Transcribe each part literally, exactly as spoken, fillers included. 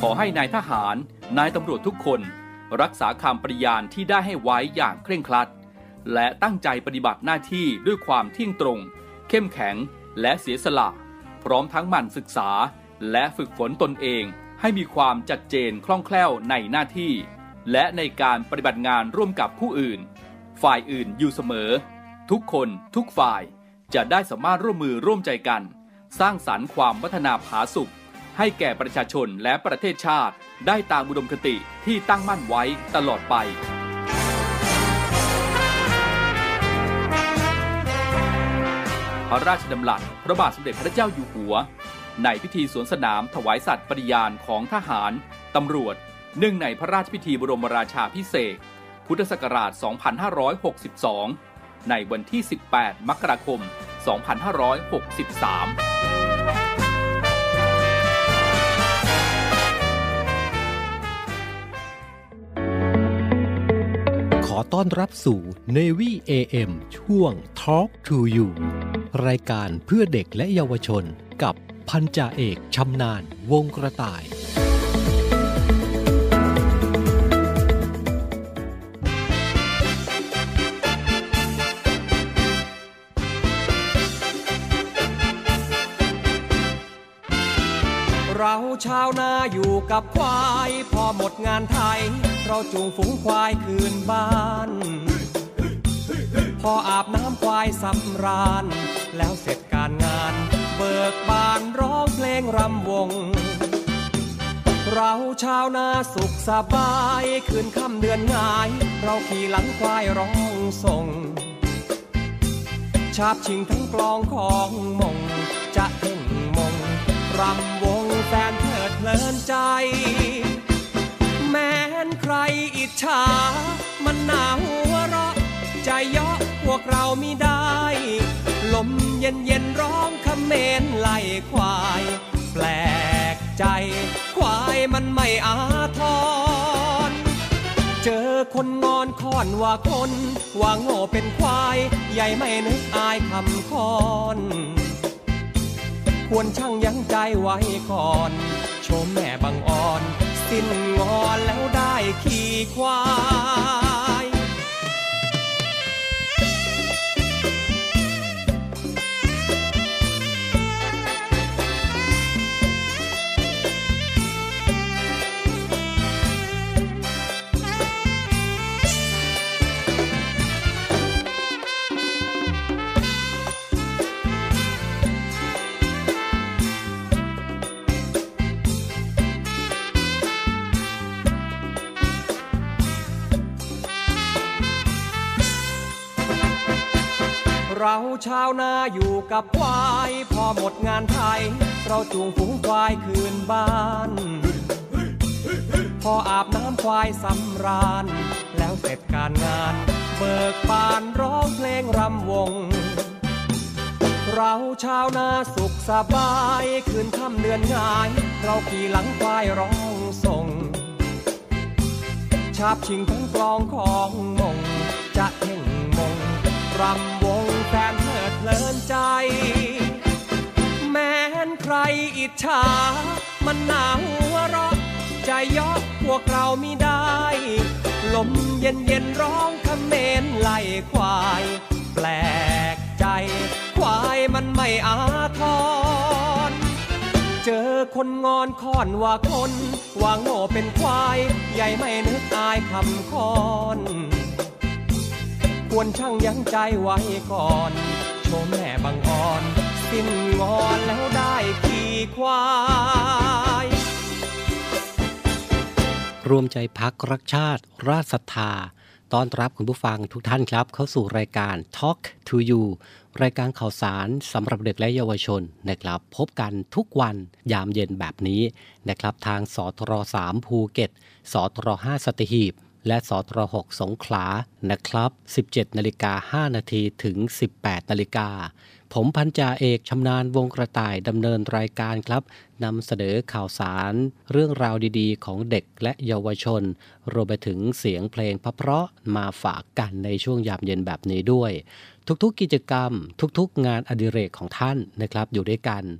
อให้นายทหารนายตำรวจทุกคนรักษาคำปฏิญาณที่ได้ให้ไว้อย่างเคร่งครัดและตั้งใจปฏิบัติหน้าที่ด้วยความเที่ยงตรงเข้มแข็งและเสียสละพร้อมทั้งหมั่นศึกษาและฝึกฝนตนเองให้มีความชัดเจนคล่องแคล่วในหน้าที่และในการปฏิบัติงานร่วมกับผู้อื่นฝ่ายอื่นอยู่เสมอทุกคนทุกฝ่ายจะได้สามารถร่วมมือร่วมใจกันสร้างสรรค์ความพัฒนาผาสุกให้แก่ประชาชนและประเทศชาติได้ตามอุดมคติที่ตั้งมั่นไว้ตลอดไปพระราชดำรัสพระบาทสมเด็จพระเจ้าอยู่หัวในพิธีสวนสนามถวายสัตย์ปฏิญาณของทหารตำรวจเนื่องในพระราชพิธีบรมราชาภิเษกพุทธศักราช สองพันห้าร้อยหกสิบสอง ในวันที่ สิบแปด มกราคม สองพันห้าร้อยหกสิบสามขอต้อนรับสู่ Navy เอ เอ็ม ช่วง Talk to You รายการเพื่อเด็กและเยาวชนกับพันจ่าเอกชำนาญวงกระต่ายเราชาวนาอยู่กับควายพอหมดงานไถเราจูงฝูงควายคืนบ้านพออาบน้ำควายสำราญแล้วเสร็จการงานเบิกบานร้องเพลงรำวงเราชาวนาสุขสบายคืนค่ำเดือนง่ายเราขี่หลังควายร้องส่งชาบชิงทั้งกลองของมงจะเพ่งมงรำวงแฟนเพลิดเพลินใจแม้นใครอิจฉามันน่าหัวเราะใจเยาะพวกเรามิได้ลมเย็นเย็นร้องคำเมนไล่ควายแปลกใจควายมันไม่อาทรเจอคนงอนค้อนว่าคนว่าโง่เป็นควายใหญ่ไม่นึกอายคำคอนควรช่างยั้งใจไว้ก่อนโชมแม่บังอ่อนสิ้นงอนแล้วได้ขี่ควายเราชาวนาอยู่กับควายพอหมดงานไถเราจูงฝูงควายคืนบ้านพออาบน้ำควายสำราญแล้วเสร็จการงานเบิกบานร้องเพลงรำวงเราชาวนาสุขสบายคืนค่ำเดือนง่ายเราขี่หลังควายร้องส่งชาบชิงทั้งกลองของมงจะเพ่งมงรำวงแฟนเพลิดเพลินใจแม้นใครอิจฉามันน่าหัวเราะใจเยาะพวกเรามิได้ลมเย็นเย็นร้องคำเมนไล่ควายแปลกใจควายมันไม่อาทรเจอคนงอนค้อนว่าคนว่าโง่เป็นควายใหญ่ไม่นึกอายคำคอนควรช่างยั้งใจไว้ก่อนโชมแม่บังอ่อนสิ้นงอนแล้วได้ขี่ควายรวมใจพักรักชาติราชศรัทธาต้อนรับคุณผู้ฟังทุกท่านครับเข้าสู่รายการ Talk to You รายการข่าวสารสำหรับเด็กและเยาวชนนะครับพบกันทุกวันยามเย็นแบบนี้นะครับทางสทรสามภูเก็ตสทรห้าสัตหีบและสทรหกสงขลานะครับ สิบเจ็ดนาฬิกาห้านาทีถึง สิบแปดนาฬิกาผมพันจ่าเอกชำนาญวงกระต่ายดำเนินรายการครับนำเสนอข่าวสารเรื่องราวดีๆของเด็กและเยาวชนรวมไปถึงเสียงเพลงเพราะๆมาฝากกันในช่วงยามเย็นแบบนี้ด้วยทุกๆกิจกรรมทุกๆงานอดิเรกของท่านนะครับอยู่ด้วยกัน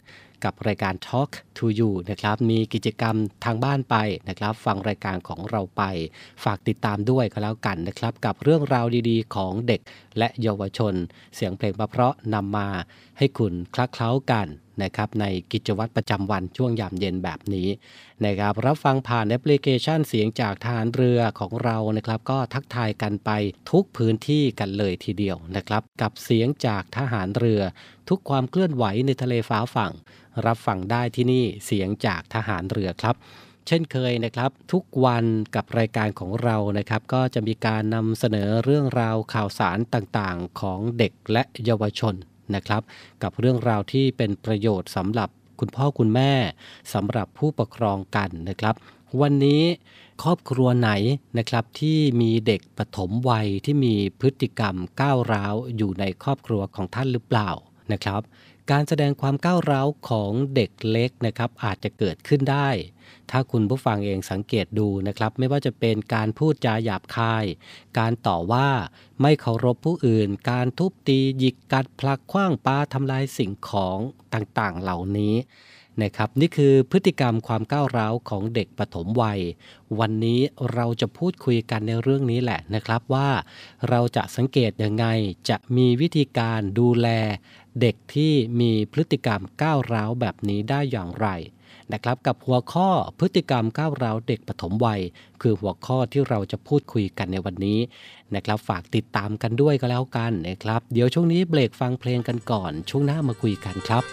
กับรายการ Talk to You นะครับมีกิจกรรมทางบ้านไปนะครับฟังรายการของเราไปฝากติดตามด้วยก็แล้วกันนะครับกับเรื่องราวดีๆของเด็กและเยาวชนเสียงเพลงเพราะๆนำมาให้คุณคลักเคล้ากันนะครับในกิจวัตรประจำวันช่วงยามเย็นแบบนี้นะครับรับฟังผ่านแอปพลิเคชันเสียงจากทหารเรือของเรานะครับก็ทักทายกันไปทุกพื้นที่กันเลยทีเดียวนะครับกับเสียงจากทหารเรือทุกความเคลื่อนไหวในทะเลฟ้าฝั่งรับฟังได้ที่นี่เสียงจากทหารเรือครับเช่นเคยนะครับทุกวันกับรายการของเรานะครับก็จะมีการนำเสนอเรื่องราวข่าวสารต่างๆของเด็กและเยาวชนนะครับกับเรื่องราวที่เป็นประโยชน์สำหรับคุณพ่อคุณแม่สำหรับผู้ปกครองกันนะครับวันนี้ครอบครัวไหนนะครับที่มีเด็กปฐมวัยที่มีพฤติกรรมก้าวร้าวอยู่ในครอบครัวของท่านหรือเปล่านะครับการแสดงความก้าวร้าวของเด็กเล็กนะครับอาจจะเกิดขึ้นได้ถ้าคุณผู้ฟังเองสังเกตดูนะครับไม่ว่าจะเป็นการพูดจาหยาบคายการต่อว่าไม่เคารพผู้อื่นการทุบตีหยิกกัดผลักขว้างปาทำลายสิ่งของต่างๆเหล่านี้นะครับนี่คือพฤติกรรมความก้าวร้าวของเด็กปฐมวัยวันนี้เราจะพูดคุยกันในเรื่องนี้แหละนะครับว่าเราจะสังเกตยังไงจะมีวิธีการดูแลเด็กที่มีพฤติกรรมก้าวร้าวแบบนี้ได้อย่างไรนะครับกับหัวข้อพฤติกรรมก้าวร้าวเด็กปฐมวัยคือหัวข้อที่เราจะพูดคุยกันในวันนี้นะครับฝากติดตามกันด้วยก็แล้วกันนะครับเดี๋ยวช่วงนี้เบรกฟังเพลงกันก่อนช่วงหน้ามาคุยกันครับ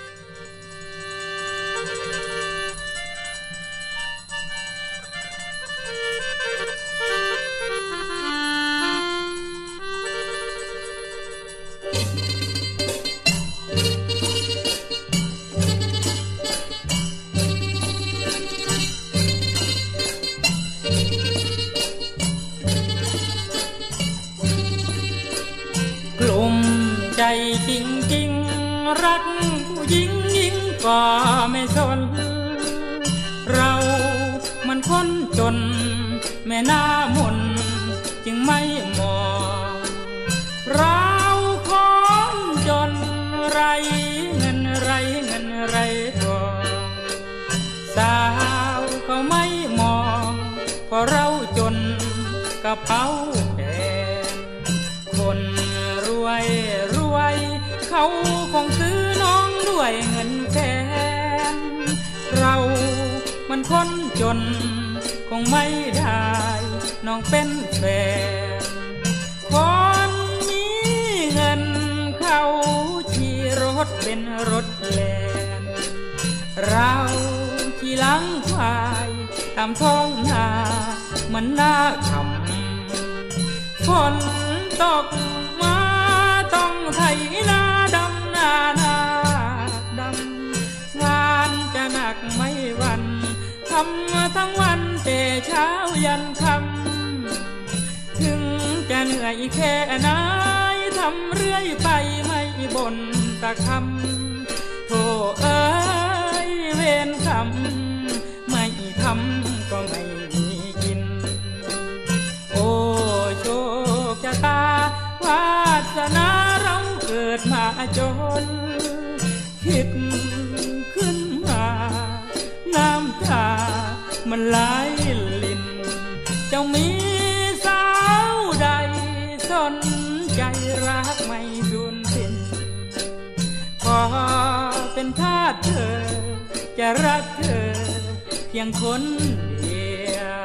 จริงๆรักผู้หญิงยิ่งกว่าไม่สนเรามันคนจนแม่หน้ามนจึงไม่มองเราคนจนไรเงินไรเงินไรทองสาวเขาไม่มองเพราะเราจนกระเป๋าแดงคนรวยรวยเขาคงซื้อน้องด้วยเงินแสนเรามันคนจนคงไม่ได้น้องเป็นแฟนคนมีเงินเขาขี่รถเป็นรถแล่นเราขี่หลังควายตามท้องนามันน่าขำฝนตกมาต้องไถนาดำนานาดำงานจะหนักไม่วันทำทั้งวันแต่เช้ายันค่ำถึงจะเหนื่อยแค่ไหนทำเรื่อยไปไม่บ่นตะคำโธ่เอ้ยเวรกรรมไม่ทำก็ไม่มีกินโอ้โชคชะตาวาสนาเราเกิดมาจนคิดขึ้นมาน้ำตามันไหลลิ่นเจ้ามีสาวใดสนใจรักไม่สูญสิ้นขอเป็นทาสเธอจะรักเธอเพียงคนเดียว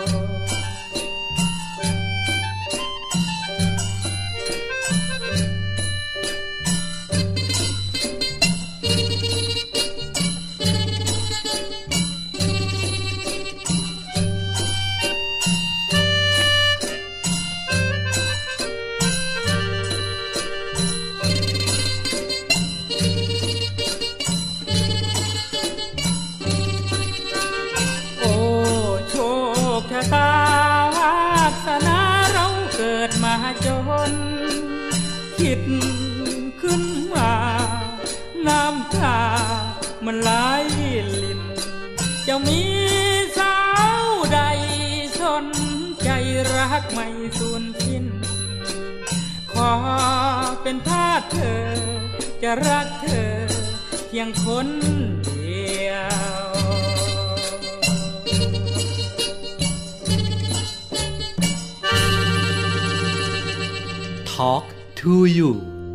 ตาวาสนาเราเกิดมาจนคิดขึ้นมาน้ำตามันไหลลิ่นเจ้ามีสาวใดสนใจรักไม่สูญสิ้นขอเป็นทาสเธอจะรักเธอเพียงคนเดี to you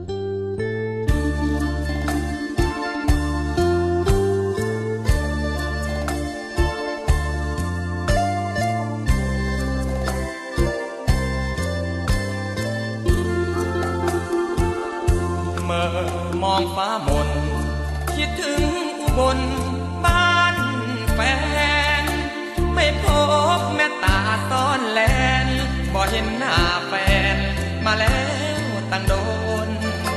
มองฟ้ามนคิดถึงอุบลบ้านแฟนไม่พบแม่ตาซ้อนแลนบ่เห็นหน้าแฟนมาแล้วตั้งโดน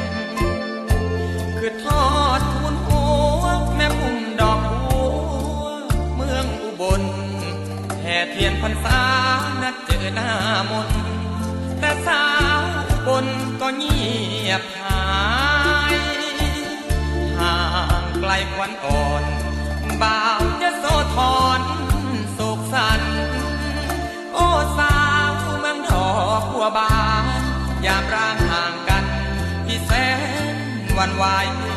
คือทอดทุนหัวแม่พุ่มดอกบัวเมืองอุบลแห่เทียนพรรษานัดเจอหน้ามนแต่สาวอุบลก็เงียบหายห่างไกลควันอ่อนบ่าวยโสธรโศกสันโอ้สาวเมืองดอกบัวบานยามร่างห่างกันพี่แสนหวั่นไหว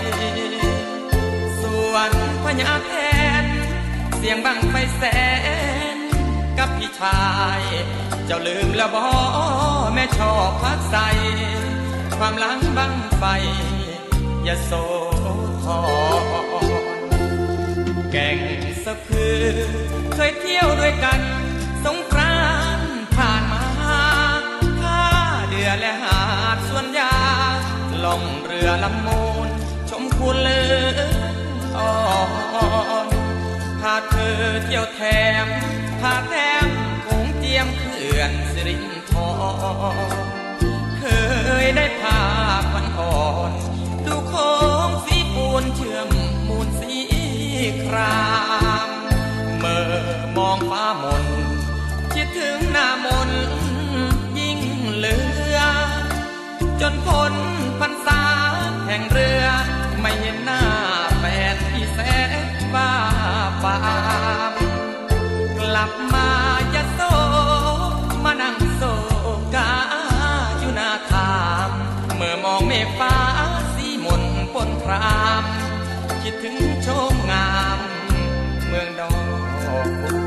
ส่วนพญาแทนเสียงบังไฟแสนกับพี่ชายเจ้าลืมแล้วบ่แม่ชอบพักใสความหลังบังไฟยโสธรแก่งสะพือเคยเที่ยวด้วยกันสงกรานต์ผ่านมาท่าเรือและหาดสวนยาล่องเรือลำมูลชมคุณเลืออ่อนพาเธอเที่ยวแถมพาแถมคงเจียมเขื่อนสิรินธรเคยได้พาควันอ่อนดูโค้งสีปูนเชื่อมมูลสีครามเมื่อมองฟ้ามนคิดถึงหน้ามนยิ่งเหลือจนพ้นพรรษาแห่งเรือไม่เห็นหน้าแฟนที่แสนบ้าฟามกลับมายโสมานั่งโศกาอยู่หน้าทามเมื่อมองเมฆฟ้าสีมนปนพรามคิดถึงโชมงามเมืองดอกบัว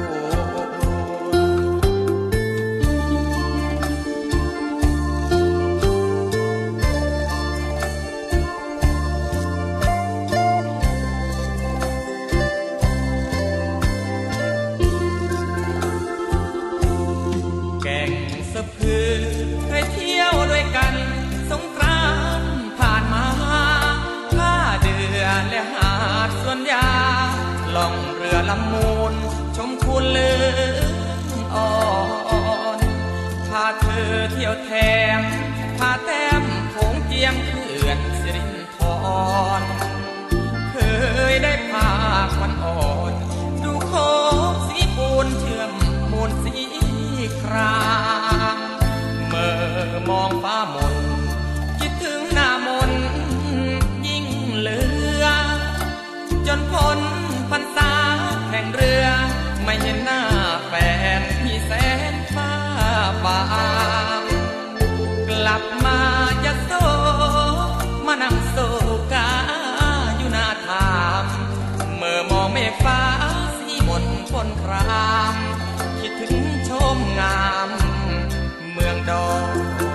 แก่งสะพือเคยเที่ยวด้วยกันสงกรานต์ผ่านมาท่าเรือและหาดสวนยาล่องเรือลำมูลชมคุณเลืออ่อนพาเธอเที่ยวแถมพาแต้มโขงเจียมเขื่อนสิรินธรเคยได้พาควันอ่อนดูโค้งสีปูนเชื่อมมูลสีครามเมื่อมองฟ้ามนคิดถึงหน้ามนยิ่งเหลือจนพ้นพรรษาแห่งเรือไม่เห็นหน้าแฟนที่แสนฟ้าบางกลับมายโสมานั่งโศกาอยู่หน้าทามเมื่อมองเมฆฟ้าสีมนปนครามคิดถึงชมงามเมืองดอก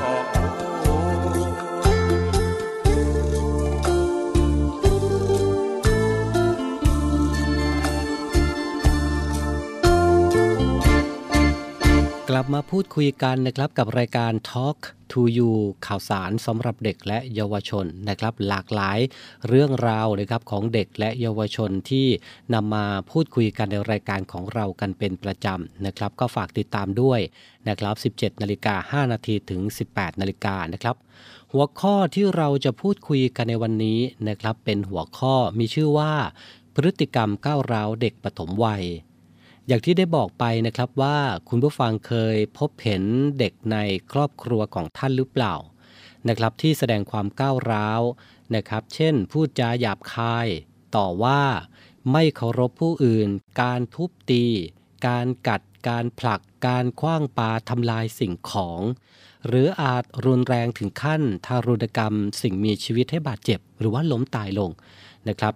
กลับมาพูดคุยกันนะครับกับรายการ Talk to You ข่าวสารสำหรับเด็กและเยาวชนนะครับหลากหลายเรื่องราวนะครับของเด็กและเยาวชนที่นำมาพูดคุยกันในรายการของเรากันเป็นประจำนะครับก็ฝากติดตามด้วยนะครับ สิบเจ็ดนาฬิกาห้านาทีถึง สิบแปดนาฬิกานะครับหัวข้อที่เราจะพูดคุยกันในวันนี้นะครับเป็นหัวข้อมีชื่อว่าพฤติกรรมก้าวร้าวเด็กปฐมวัยอย่างที่ได้บอกไปนะครับว่าคุณผู้ฟังเคยพบเห็นเด็กในครอบครัวของท่านหรือเปล่านะครับที่แสดงความก้าวร้าวนะครับเช่นพูดจาหยาบคายต่อว่าไม่เคารพผู้อื่นการทุบตีการกัดการผลักการขว้างปาทำลายสิ่งของหรืออาจรุนแรงถึงขั้นทารุณกรรมสิ่งมีชีวิตให้บาดเจ็บหรือว่าล้มตายลงนะครับ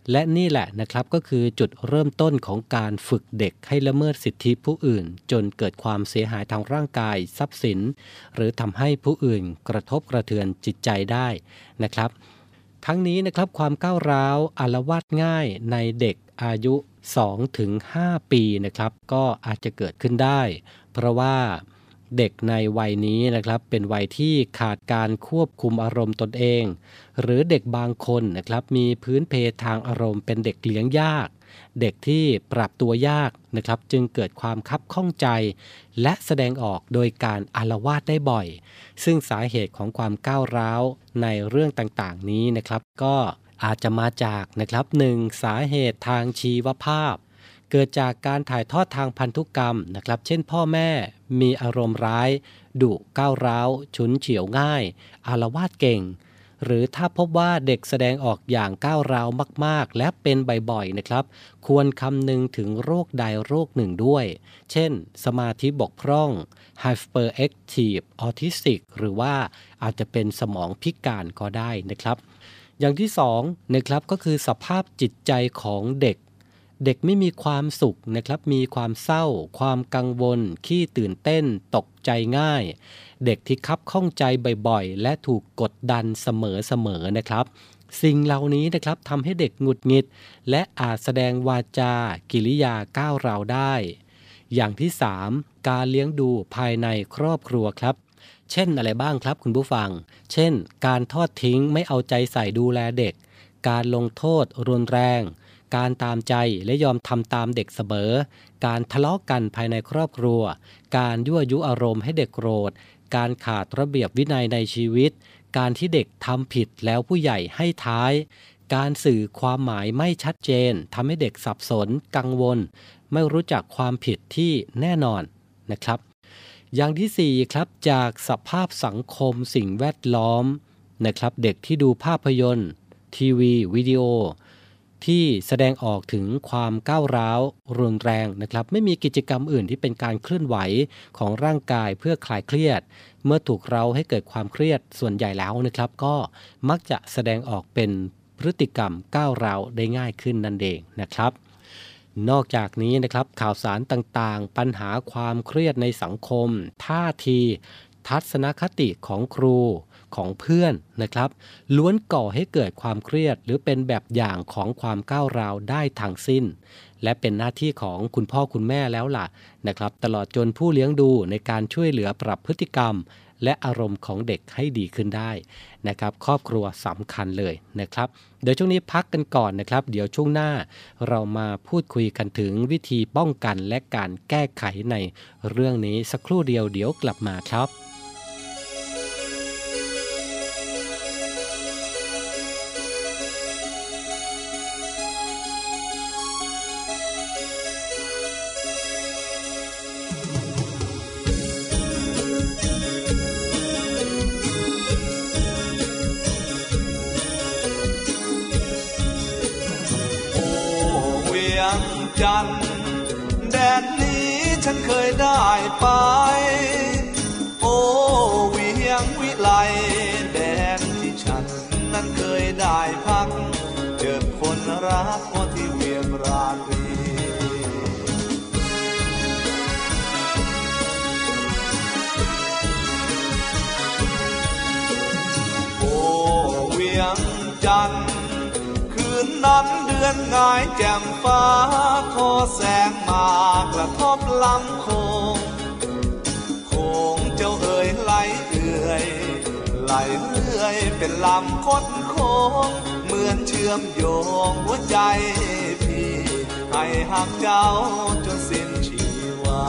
และนี่แหละนะครับก็คือจุดเริ่มต้นของการฝึกเด็กให้ละเมิดสิทธิผู้อื่นจนเกิดความเสียหายทางร่างกายทรัพย์สินหรือทำให้ผู้อื่นกระทบกระเทือนจิตใจได้นะครับทั้งนี้นะครับความก้าวร้าวอาละวาดง่ายในเด็กอายุ สองถึงห้า ปีนะครับก็อาจจะเกิดขึ้นได้เพราะว่าเด็กในวัยนี้นะครับเป็นวัยที่ขาดการควบคุมอารมณ์ตนเองหรือเด็กบางคนนะครับมีพื้นเพทางอารมณ์เป็นเด็กเลี้ยงยากเด็กที่ปรับตัวยากนะครับจึงเกิดความคับข้องใจและแสดงออกโดยการอาละวาดได้บ่อยซึ่งสาเหตุของความก้าวร้าวในเรื่องต่างๆนี้นะครับก็อาจจะมาจากนะครับหนึ่งสาเหตุทางชีวภาพเกิดจากการถ่ายทอดทางพันธุกรรมนะครับเช่นพ่อแม่มีอารมณ์ร้ายดุก้าวร้าวฉุนเฉียวง่ายอาละวาดเก่งหรือถ้าพบว่าเด็กแสดงออกอย่างก้าวร้าวมากๆและเป็นบ่อยๆนะครับควรคำนึงถึงโรคใดโรคหนึ่งด้วยเช่นสมาธิบกพร่อง Hyperactive Autistic หรือว่าอาจจะเป็นสมองพิการก็ได้นะครับอย่างที่สองนะครับก็คือสภาพจิตใจของเด็กเด็กไม่มีความสุขนะครับมีความเศร้าความกังวลขี้ตื่นเต้นตกใจง่ายเด็กที่คับข้องใจบ่อยๆและถูกกดดันเสมอๆนะครับสิ่งเหล่านี้นะครับทำให้เด็กหงุดหงิดและอาจแสดงวาจากิริยาก้าวร้าวได้อย่างที่สามการเลี้ยงดูภายในครอบครัวครับเช่นอะไรบ้างครับคุณผู้ฟังเช่นการทอดทิ้งไม่เอาใจใส่ดูแลเด็กการลงโทษรุนแรงการตามใจและยอมทำตามเด็กเสมอการทะเลาะกันภายในครอบครัวการยั่วยุอารมณ์ให้เด็กโกรธการขาดระเบียบวินัยในชีวิตการที่เด็กทำผิดแล้วผู้ใหญ่ให้ท้ายการสื่อความหมายไม่ชัดเจนทำให้เด็กสับสนกังวลไม่รู้จักความผิดที่แน่นอนนะครับอย่างที่สี่ครับจากสภาพสังคมสิ่งแวดล้อมนะครับเด็กที่ดูภาพยนตร์ทีวีวิดีโอที่แสดงออกถึงความก้าวร้าวรุนแรงนะครับไม่มีกิจกรรมอื่นที่เป็นการเคลื่อนไหวของร่างกายเพื่อคลายเครียดเมื่อถูกเร้าให้เกิดความเครียดส่วนใหญ่แล้วนะครับก็มักจะแสดงออกเป็นพฤติกรรมก้าวร้าวได้ง่ายขึ้นนั่นเองนะครับนอกจากนี้นะครับข่าวสารต่างๆปัญหาความเครียดในสังคมท่าทีทัศนคติของครูของเพื่อนนะครับล้วนก่อให้เกิดความเครียดหรือเป็นแบบอย่างของความก้าวร้าวได้ทั้งสิ้นและเป็นหน้าที่ของคุณพ่อคุณแม่แล้วล่ะนะครับตลอดจนผู้เลี้ยงดูในการช่วยเหลือปรับพฤติกรรมและอารมณ์ของเด็กให้ดีขึ้นได้นะครับครอบครัวสำคัญเลยนะครับเดี๋ยวช่วงนี้พักกันก่อนนะครับเดี๋ยวช่วงหน้าเรามาพูดคุยกันถึงวิธีป้องกันและการแก้ไขในเรื่องนี้สักครู่เดียวเดี๋ยวกลับมาครับจันทร์แดนนี้ฉันเคยได้ไปโอ้เวียงวิไลแดนที่ฉันนั้นเคยได้พักเจอคนรักที่เวียงราตรีโอ้เวียงจันทร์นั้นเดือนง่ายแจ่มฟ้าทอแสงมากระทบลำโขงโขงเจ้าเอ๋ยไหลเอื่อยไหลเรื่อยเป็นลำคดโค้งเหมือนเชื่อมโยงหัวใจพี่ให้หักเจ้าจนสิ้นชีวา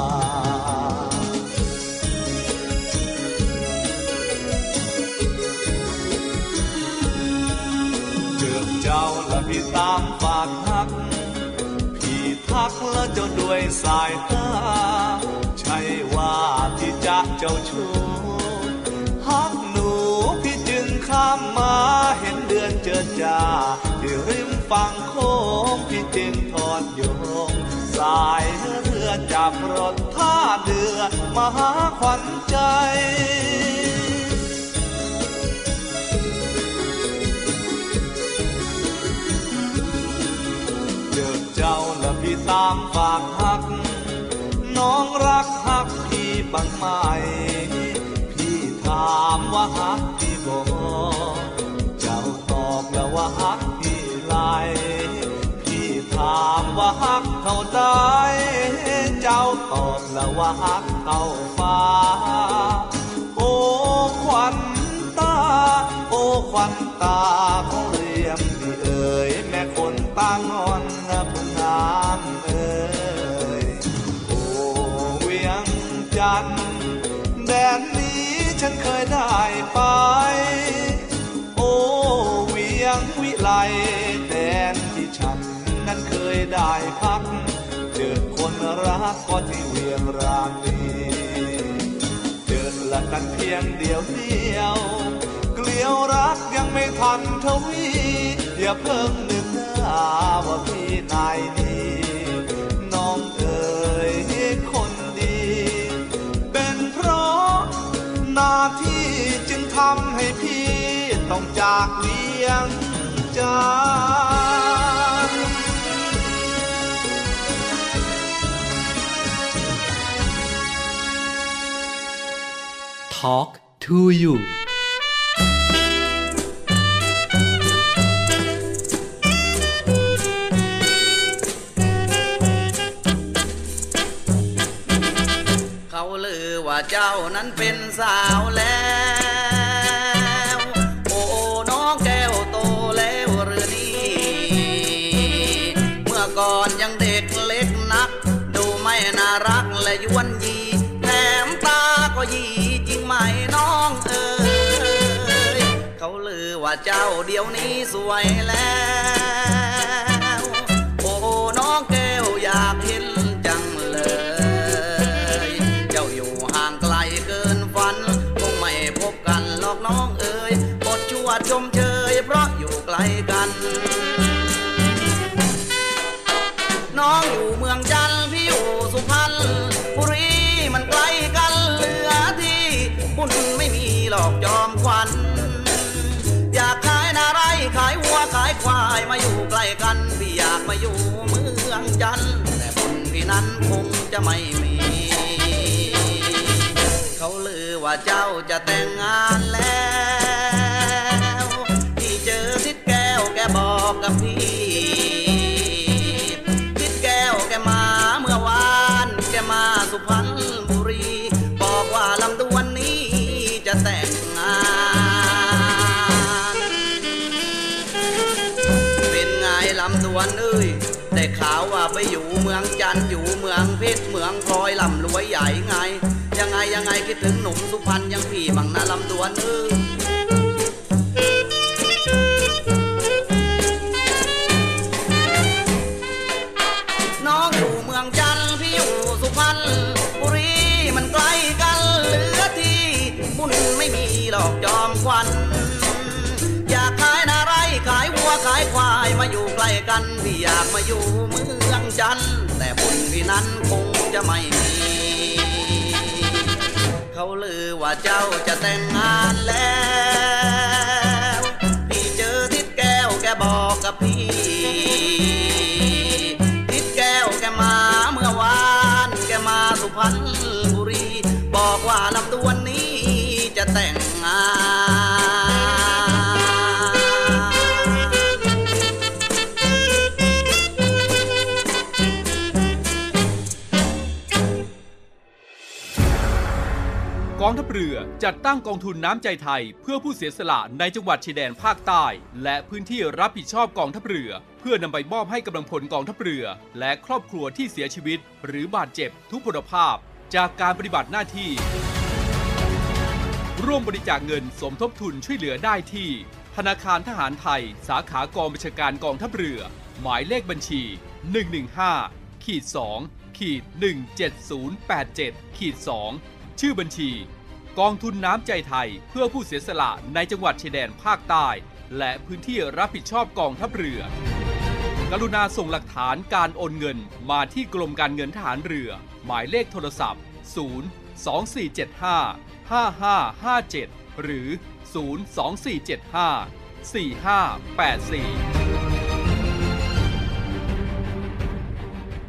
เจ้าและพี่ตามฝากหักพี่ทักและเจ้าด้วยสายตาใช่ว่าที่จะเจ้าชู้หักหนูพี่จึงข้ามมาเห็นเดือนเจิดจ้าที่ริมฝั่งโค้งพี่จึงทอดโยงสายเรือจับรถท่าเรือมาหาขวัญใจพี่ตามฝากฮักน้องรักฮักพี่บังไหมพี่ถามว่าฮักพี่บ่เจ้าตอบแล้วว่าฮักพี่ไรพี่ถามว่าฮักเท่าใดเจ้าตอบแล้วว่าฮักเท่าฟ้าโอ้ขวัญตาโอ้ขวัญตาเขาเรียมพี่เอ๋ยแม่คนตางอนผู้งามเอ๋ยโอ้เวียงจันทร์แดนนี้ฉันเคยได้ไปโอ้เวียงวิไลแดนที่ฉันนั้นเคยได้พักเจอคนรักก็ที่เวียงรามนี้เจอละกันเพียงเดียวเดียวเกลียวรักยังไม่ทันทวีอย่าเพิ่งนึกหาว่าพี่นายนี้น้องเอ๋ยคนดีเป็นเพราะหน้าที่จึงทำให้พี่ต้องจากเวียงจันทร์ Talk to you เขาลือว่าเจ้านั้นเป็นสาวแล้วโอ้น้องแก้วโตแล้วหรือนี่เมื่อก่อนยังเด็กเล็กนักดูไม่น่ารักและยวนยีแถมตาก็ยีจริงไหมน้องเอ๋ยเขาลือว่าเจ้าเดี๋ยวนี้สวยแล้วโอ้น้องแก้วอยากเห็นจังเลยเจ้าอยู่ห่างไกลเกินฝันคงไม่พบกันหรอกน้องเอ๋ยอดชวดชมเชยเพราะอยู่ไกลกันน้องอยู่เมืองจันทร์พี่อยู่สุพรรณบุรีมันไกลกันเหลือที่บุญไม่มีหลอกจอมขวัญอยากขายนาไรขายวัวขายควายมาอยู่ใกล้กันพี่อยากมาอยู่เมืองจันทร์แต่บุญพี่นั้นคงจะไม่มีเขาลือว่าเจ้าจะแต่งงานแล้วพี่เจอทิดแก้วแกบอกกับพี่ทิดแก้วแกมาเมื่อวานแกมาสุพรรณบุรีบอกว่าลำดวนนี้จะแต่งงานเป็นไงลำดวนเอ้ยได้ข่าวว่าไปอยู่เมืองจันทร์อยู่เมืองเพชรเมืองพลอยลำรวยใหญ่ไงยังไงยังไงคิดถึงหนุ่มสุพรรณยังพี่บังนาลำดวนเอ้ยน้องอยู่เมืองจันทร์พี่อยู่สุพรรณบุรีมันไกลกันเหลือที่บุญไม่มีหลอกจอมขวัญอยากขายนาไรขายวัวขายควายมาอยู่ใกล้กันพี่อยากมาอยู่เมืองจันทร์แต่บุญพี่นั้นคงจะไม่มีเขาลือว่าเจ้าจะแต่งงานแล้วพี่เจอทิดแก้วแกบอกกับพี่ทิดแก้วแกมาเมื่อวานแกมาสุพรรณบุรีบอกว่าลำดวนนี้จะแต่งงานกองทัพเรือจัดตั้งกองทุนน้ำใจไทยเพื่อผู้เสียสละในจังหวัดชายแดนภาคใต้และพื้นที่รับผิดชอบกองทัพเรือเพื่อนำไปมอบให้กำลังพลกองทัพเรือและครอบครัวที่เสียชีวิตหรือบาดเจ็บทุพพลภาพจากการปฏิบัติหน้าที่ร่วมบริจาคเงินสมทบทุนช่วยเหลือได้ที่ธนาคารทหารไทยสาขากองบัญชาการกองทัพเรือหมายเลขบัญชี หนึ่ง หนึ่ง ห้า สอง หนึ่ง เจ็ด ศูนย์ แปด เจ็ด สอง ชื่อบัญชีกองทุนน้ำใจไทยเพื่อผู้เสียสละในจังหวัดชายแดนภาคใต้และพื้นที่รับผิดชอบกองทัพเรือกรุณาส่งหลักฐานการโอนเงินมาที่กรมการเงินทหารเรือหมายเลขโทรศัพท์ศูนย์ สอง สี่ เจ็ด ห้า ห้า ห้า ห้า เจ็ดหรือศูนย์ สอง สี่ เจ็ด ห้า สี่ ห้า แปด สี่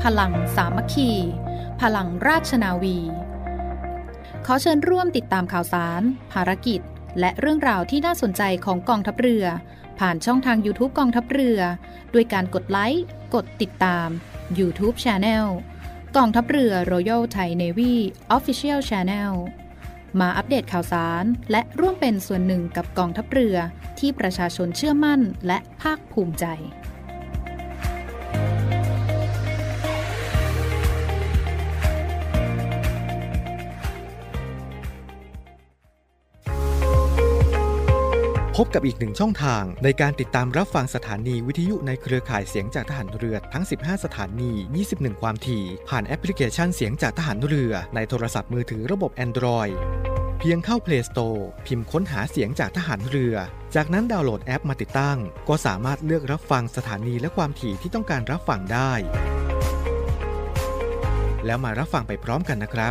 พลังสามัคคีพลังราชนาวีขอเชิญร่วมติดตามข่าวสารภารกิจและเรื่องราวที่น่าสนใจของกองทัพเรือผ่านช่องทาง YouTube กองทัพเรือด้วยการกดไลค์กดติดตาม YouTube Channel กองทัพเรือ Royal Thai Navy Official Channel มาอัปเดตข่าวสารและร่วมเป็นส่วนหนึ่งกับกองทัพเรือที่ประชาชนเชื่อมั่นและภาคภูมิใจพบกับอีกหนึ่งช่องทางในการติดตามรับฟังสถานีวิทยุในเครือข่ายเสียงจากทหารเรือทั้งสิบห้าสถานียี่สิบเอ็ดความถี่ผ่านแอปพลิเคชันเสียงจากทหารเรือในโทรศัพท์มือถือระบบ Android เพียงเข้า Play Store พิมพ์ค้นหาเสียงจากทหารเรือจากนั้นดาวน์โหลดแอปมาติดตั้งก็สามารถเลือกรับฟังสถานีและความถี่ที่ต้องการรับฟังได้แล้วมารับฟังไปพร้อมกันนะครับ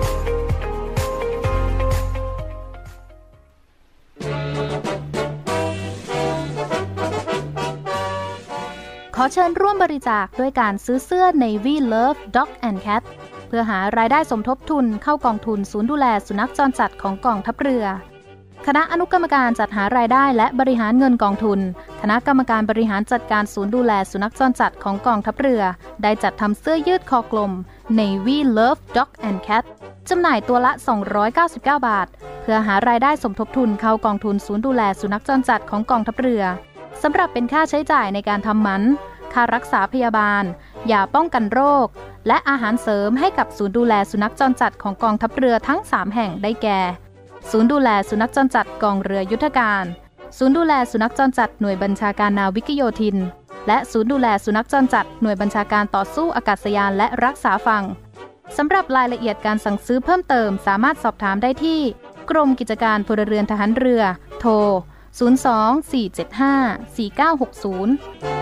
ขอเชิญร่วมบริจาคด้วยการซื้อเสื้อ Navy Love Dog and Cat เพื่อหารายได้สมทบทุนเข้ากองทุนศูนย์ดูแลสุนัขจรจัดของกองทัพเรือคณะอนุกรรมการจัดหารายได้และบริหารเงินกองทุนคณะกรรมการบริหารจัดการศูนย์ดูแลสุนัขจรจัดของกองทัพเรือได้จัดทำเสื้อยืดคอกลม Navy Love Dog and Cat จำหน่ายตัวละสองร้อยเก้าสิบเก้าบาทเพื่อหารายได้สมทบทุนเข้ากองทุนศูนย์ดูแลสุนัขจรจัดของกองทัพเรือสำหรับเป็นค่าใช้จ่ายในการทำหมันค่ารักษาพยาบาลยาป้องกันโรคและอาหารเสริมให้กับศูนย์ดูแลสุนัขจรจัดของกองทัพเรือทั้งสามแห่งได้แก่ศูนย์ดูแลสุนัขจรจัดกองเรือยุทธการศูนย์ดูแลสุนัขจรจัดหน่วยบัญชาการนาวิกโยธินและศูนย์ดูแลสุนัขจรจัดหน่วยบัญชาการต่อสู้อากาศยานและรักษาฝั่งสำหรับรายละเอียดการสั่งซื้อเพิ่มเติมสามารถสอบถามได้ที่กรมกิจการพลเรือนทหารเรือโทรศูนย์ สอง สี่ เจ็ด ห้า สี่ เก้า หก ศูนย์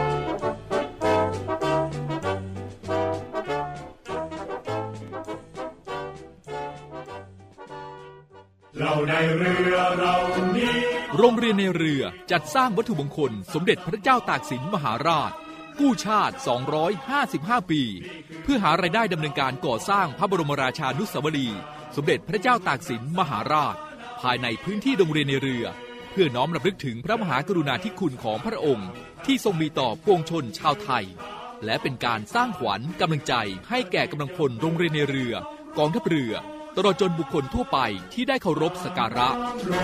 เราในเรือเรานี้โรงเรียนในเรือจัดสร้างวัตถุมงคลสมเด็จพระเจ้าตากสินมหาราชกู้ชาติสองร้อยห้าสิบห้าปีเพื่อหารายได้ดำเนินการก่อสร้างพระบรมราชานุสาวรีย์สมเด็จพระเจ้าตากสินมหาราชภายในพื้นที่โรงเรียนในเรือเพื่อน้อมรำลึกถึงพระมหากรุณาธิคุณของพระองค์ที่ทรงมีต่อปวงชนชาวไทยและเป็นการสร้างขวัญกำลังใจให้แก่กำลังพลโรงเรียนในเรือกองทัพเรือตลอดจนบุคคลทั่วไปที่ได้เคารพสักการะ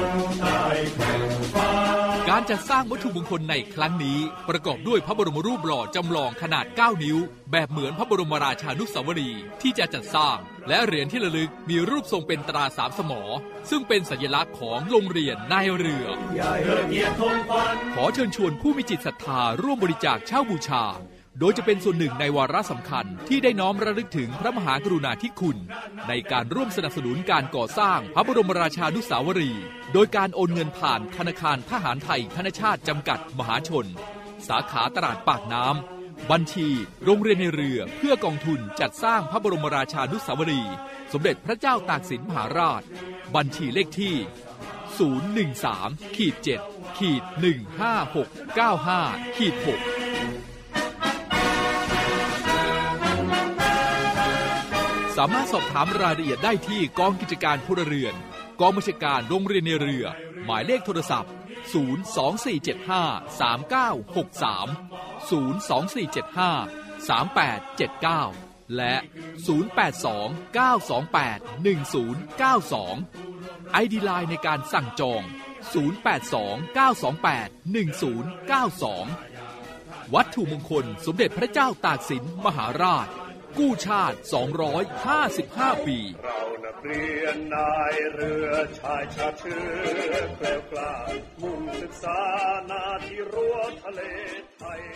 การจัดสร้างวัตถุมงคลในครั้งนี้ประกอบด้วยพระบรมรูปหล่อจำลองขนาดเก้านิ้วแบบเหมือนพระบรมราชานุสาวรีย์ที่จะจัดสร้างและเหรียญที่ระลึกมีรูปทรงเป็นตราสามสมอซึ่งเป็นสัญลักษณ์ของโรงเรียนนายเรือขอเชิญชวนผู้มีจิตศรัทธาร่วมบริจาคเช่าบูชาโดยจะเป็นส่วนหนึ่งในวาระสำคัญที่ได้น้อมระลึกถึงพระมหากรุณาธิคุณในการร่วมสนับสนุนการก่อสร้างพระบรมราชานุสาวรีย์โดยการโอนเงินผ่านธนาคารทหารไทยธนชาติจำกัดมหาชนสาขาตลาดปากน้ำบัญชีโรงเรียนในเรือเพื่อกองทุนจัดสร้างพระบรมราชานุสาวรีย์สมเด็จพระเจ้าตากสินมหาราชบัญชีเลขที่ ศูนย์ หนึ่ง สาม เจ็ด หนึ่ง ห้า หก เก้า ห้า หกสามารถสอบถามรายละเอียดได้ที่กองกิจการพลเรือนกองบัญชาการโรงเรียนในเรือหมายเลขโทรศัพท์ ศูนย์ สอง สี่ เจ็ด ห้า สาม เก้า หก สาม ศูนย์ สอง สี่ เจ็ด ห้า สาม แปด เจ็ด เก้าและ ศูนย์ แปด สอง เก้า สอง แปด หนึ่ง ศูนย์ เก้า สอง ไอ ดี ไลน์ในการสั่งจอง ศูนย์ แปด สอง เก้า สอง แปด หนึ่ง ศูนย์ เก้า สองวัตถุมงคลสมเด็จพระเจ้าตากสินมหาราชกู้ชาติสองร้อยห้าสิบห้าปีเรานักเรียนนายเรือชายชาติเชื้อแกล้วกล้ามุ่งศึกษานาที่รั้วทะเลไทย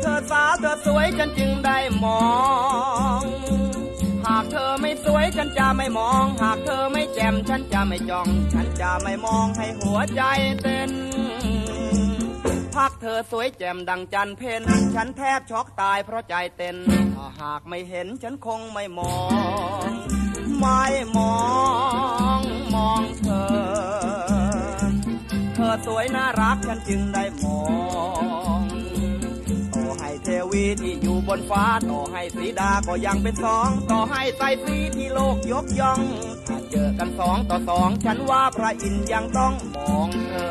สวยฉันจึงได้มองหากเธอไม่สวยฉันจะไม่มองหากเธอไม่แจ่มฉันจะไม่จ้องฉันจะไม่มองให้หัวใจเต้นพักเธอสวยแจ่มดังจันเพ็ญฉันแทบช็อกตายเพราะใจเต้นถ้าหากไม่เห็นฉันคงไม่มองไม่มองมองเธอเธอสวยน่ารักฉันจึงได้มองต่อให้เทวีที่อยู่บนฟ้าต่อให้สีดาก็ยังเป็นสองต่อให้ไตรสีที่โลกยกย่องถ้าเจอกันสองต่อสองฉันว่าพระอินทร์ยังต้องมองเธอ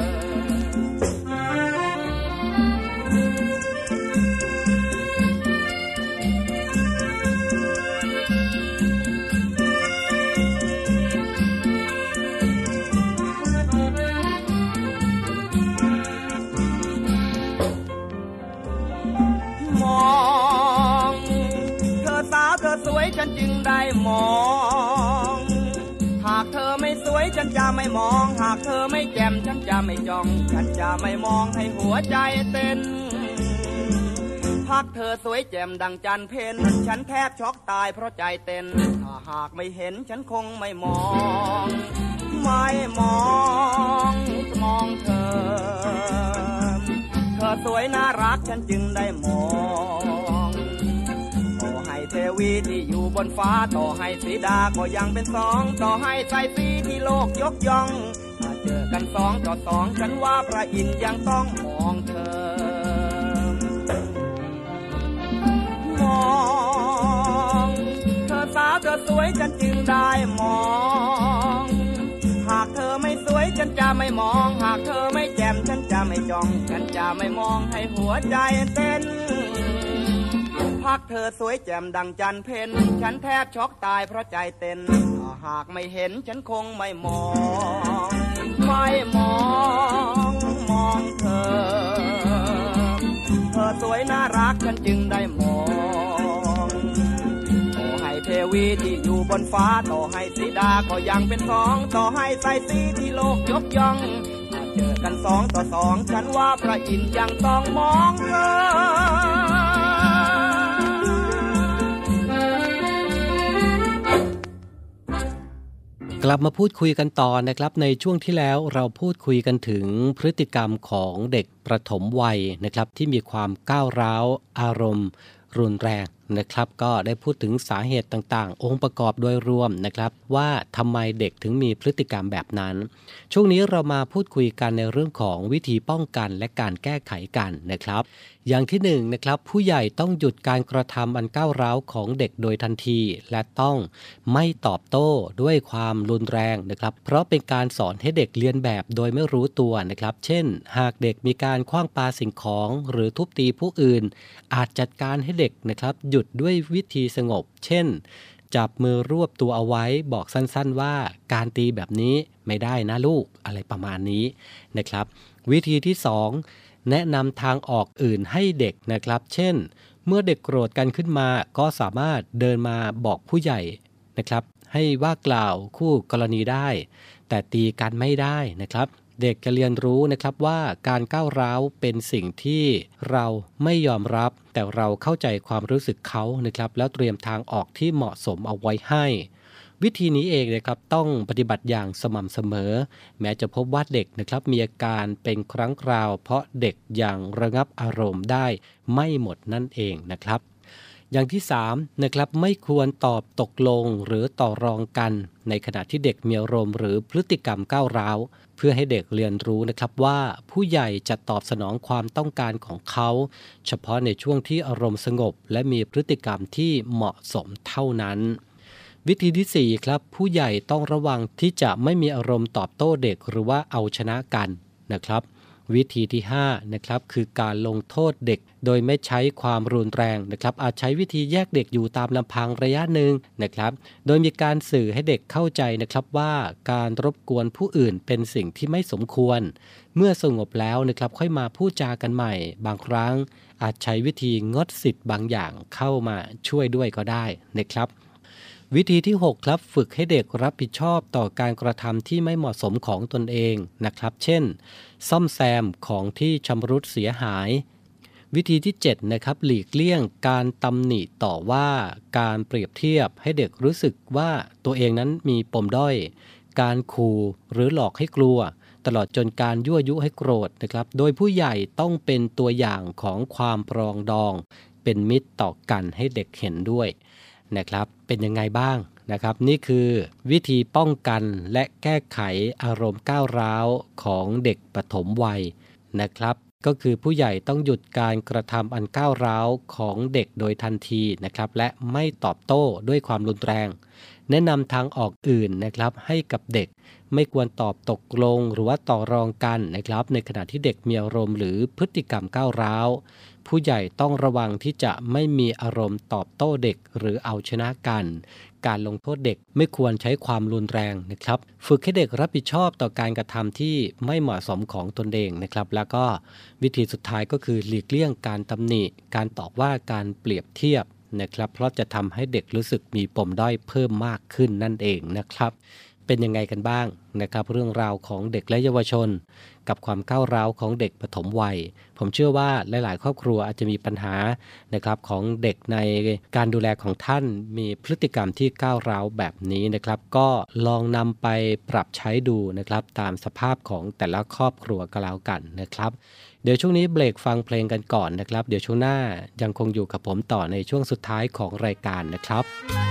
สวยฉันจึงได้มองหากเธอไม่สวยฉันจะไม่มองหากเธอไม่แจ่มฉันจะไม่จ้องฉันจะไม่มองให้หัวใจเต้นพักเธอสวยแจ่มดังจันเพ็ญฉันแทบช็อกตายเพราะใจเต้นถ้าหากไม่เห็นฉันคงไม่มองไม่มองมองเธอเธอสวยน่ารักฉันจึงได้มองเทวีที่อยู่บนฟ้าต่อให้สีดาก็ยังเป็นสองต่อให้ไตรสีที่โลกยกย่องถ้าเจอกันสองต่อสองฉันว่าพระอินทร์ยังต้องมองเธอมองเธอสาวเธอสวยฉันจึงได้มองหากเธอไม่สวยฉันจะไม่มองหากเธอไม่แจ่มฉันจะไม่จ้องฉันจะไม่มองให้หัวใจเต้นพักเธอสวยแจ่มดังจันเพ็ญฉันแทบช็อกตายเพราะใจเต้นถ้าหากไม่เห็นฉันคงไม่มองไม่มองมองเธอเธอสวยน่ารักฉันจึงได้มองต่อให้เทวีที่อยู่บนฟ้าต่อให้สีดาก็ยังเป็นสองต่อให้ไตรสีที่โลกยกย่องถ้าเจอกันสองต่อสองฉันว่าพระอินทร์ยังต้องมองเธอกลับมาพูดคุยกันต่อนะครับในช่วงที่แล้วเราพูดคุยกันถึงพฤติกรรมของเด็กประถมวัยนะครับที่มีความก้าวร้าวอารมณ์รุนแรงนะครับก็ได้พูดถึงสาเหตุต่างๆองค์ประกอบโดยรวมนะครับว่าทำไมเด็กถึงมีพฤติกรรมแบบนั้นช่วงนี้เรามาพูดคุยกันในเรื่องของวิธีป้องกันและการแก้ไขกันนะครับอย่างที่หนึ่งนะครับผู้ใหญ่ต้องหยุดการกระทำอันก้าวร้าวของเด็กโดยทันทีและต้องไม่ตอบโต้ด้วยความรุนแรงนะครับเพราะเป็นการสอนให้เด็กเรียนแบบโดยไม่รู้ตัวนะครับเช่นหากเด็กมีการขว้างปาสิ่งของหรือทุบตีผู้อื่นอาจจัดการให้เด็กนะครับหยุดด้วยวิธีสงบเช่นจับมือรวบตัวเอาไว้บอกสั้นๆว่าการตีแบบนี้ไม่ได้นะลูกอะไรประมาณนี้นะครับวิธีที่สองแนะนำทางออกอื่นให้เด็กนะครับเช่นเมื่อเด็กโกรธกันขึ้นมาก็สามารถเดินมาบอกผู้ใหญ่นะครับให้ว่ากล่าวคู่กรณีได้แต่ตีกันไม่ได้นะครับเด็กจะเรียนรู้นะครับว่าการก้าวร้าวเป็นสิ่งที่เราไม่ยอมรับแต่เราเข้าใจความรู้สึกเขานะครับแล้วเตรียมทางออกที่เหมาะสมเอาไว้ให้วิธีนี้เองนะครับต้องปฏิบัติอย่างสม่ำเสมอแม้จะพบว่าเด็กนะครับมีอาการเป็นครั้งคราวเพราะเด็กยังระงับอารมณ์ได้ไม่หมดนั่นเองนะครับอย่างที่สามนะครับไม่ควรตอบตกลงหรือต่อรองกันในขณะที่เด็กมีอารมณ์หรือพฤติกรรมก้าวร้าวเพื่อให้เด็กเรียนรู้นะครับว่าผู้ใหญ่จะตอบสนองความต้องการของเขาเฉพาะในช่วงที่อารมณ์สงบและมีพฤติกรรมที่เหมาะสมเท่านั้นวิธีที่สี่ครับผู้ใหญ่ต้องระวังที่จะไม่มีอารมณ์ตอบโต้เด็กหรือว่าเอาชนะกันนะครับวิธีที่ห้านะครับคือการลงโทษเด็กโดยไม่ใช้ความรุนแรงนะครับอาจใช้วิธีแยกเด็กอยู่ตามลำพังระยะหนึ่งนะครับโดยมีการสื่อให้เด็กเข้าใจนะครับว่าการรบกวนผู้อื่นเป็นสิ่งที่ไม่สมควรเมื่อสงบแล้วนะครับค่อยมาพูดจากันใหม่บางครั้งอาจใช้วิธีงดสิทธิ์บางอย่างเข้ามาช่วยด้วยก็ได้นะครับวิธีที่หกครับฝึกให้เด็กรับผิดชอบต่อการกระทำที่ไม่เหมาะสมของตนเองนะครับเช่นซ่อมแซมของที่ชำรุดเสียหายวิธีที่เจ็ดนะครับหลีกเลี่ยงการตำหนิต่อว่าการเปรียบเทียบให้เด็กรู้สึกว่าตัวเองนั้นมีปมด้อยการขู่หรือหลอกให้กลัวตลอดจนการยั่วยุให้โกรธนะครับโดยผู้ใหญ่ต้องเป็นตัวอย่างของความปรองดองเป็นมิตรต่อกันให้เด็กเห็นด้วยนะครับเป็นยังไงบ้างนะครับนี่คือวิธีป้องกันและแก้ไขอารมณ์ก้าวร้าวของเด็กปฐมวัยนะครับก็คือผู้ใหญ่ต้องหยุดการกระทำอันก้าวร้าวของเด็กโดยทันทีนะครับและไม่ตอบโต้ด้วยความรุนแรงแนะนำทางออกอื่นนะครับให้กับเด็กไม่ควรตอบตกลงหรือว่าต่อรองกันนะครับในขณะที่เด็กมีอารมณ์หรือพฤติกรรมก้าวร้าวผู้ใหญ่ต้องระวังที่จะไม่มีอารมณ์ตอบโต้เด็กหรือเอาชนะกันการลงโทษเด็กไม่ควรใช้ความรุนแรงนะครับฝึกให้เด็กรับผิดชอบต่อการกระทำที่ไม่เหมาะสมของตนเองนะครับแล้วก็วิธีสุดท้ายก็คือหลีกเลี่ยงการตำหนิการตอบว่าการเปรียบเทียบนะครับเพราะจะทำให้เด็กรู้สึกมีปมด้อยเพิ่มมากขึ้นนั่นเองนะครับเป็นยังไงกันบ้างนะครับเรื่องราวของเด็กและเยาวชนกับความก้าวร้าวของเด็กปฐมวัยผมเชื่อว่าหลายๆครอบครัวอาจจะมีปัญหานะครับของเด็กในการดูแลของท่านมีพฤติกรรมที่ก้าวร้าวแบบนี้นะครับก็ลองนำไปปรับใช้ดูนะครับตามสภาพของแต่ละครอบครัวก็แล้วกันนะครับเดี๋ยวช่วงนี้เบรกฟังเพลงกันก่อนนะครับเดี๋ยวช่วงหน้ายังคงอยู่กับผมต่อในช่วงสุดท้ายของรายการนะครับ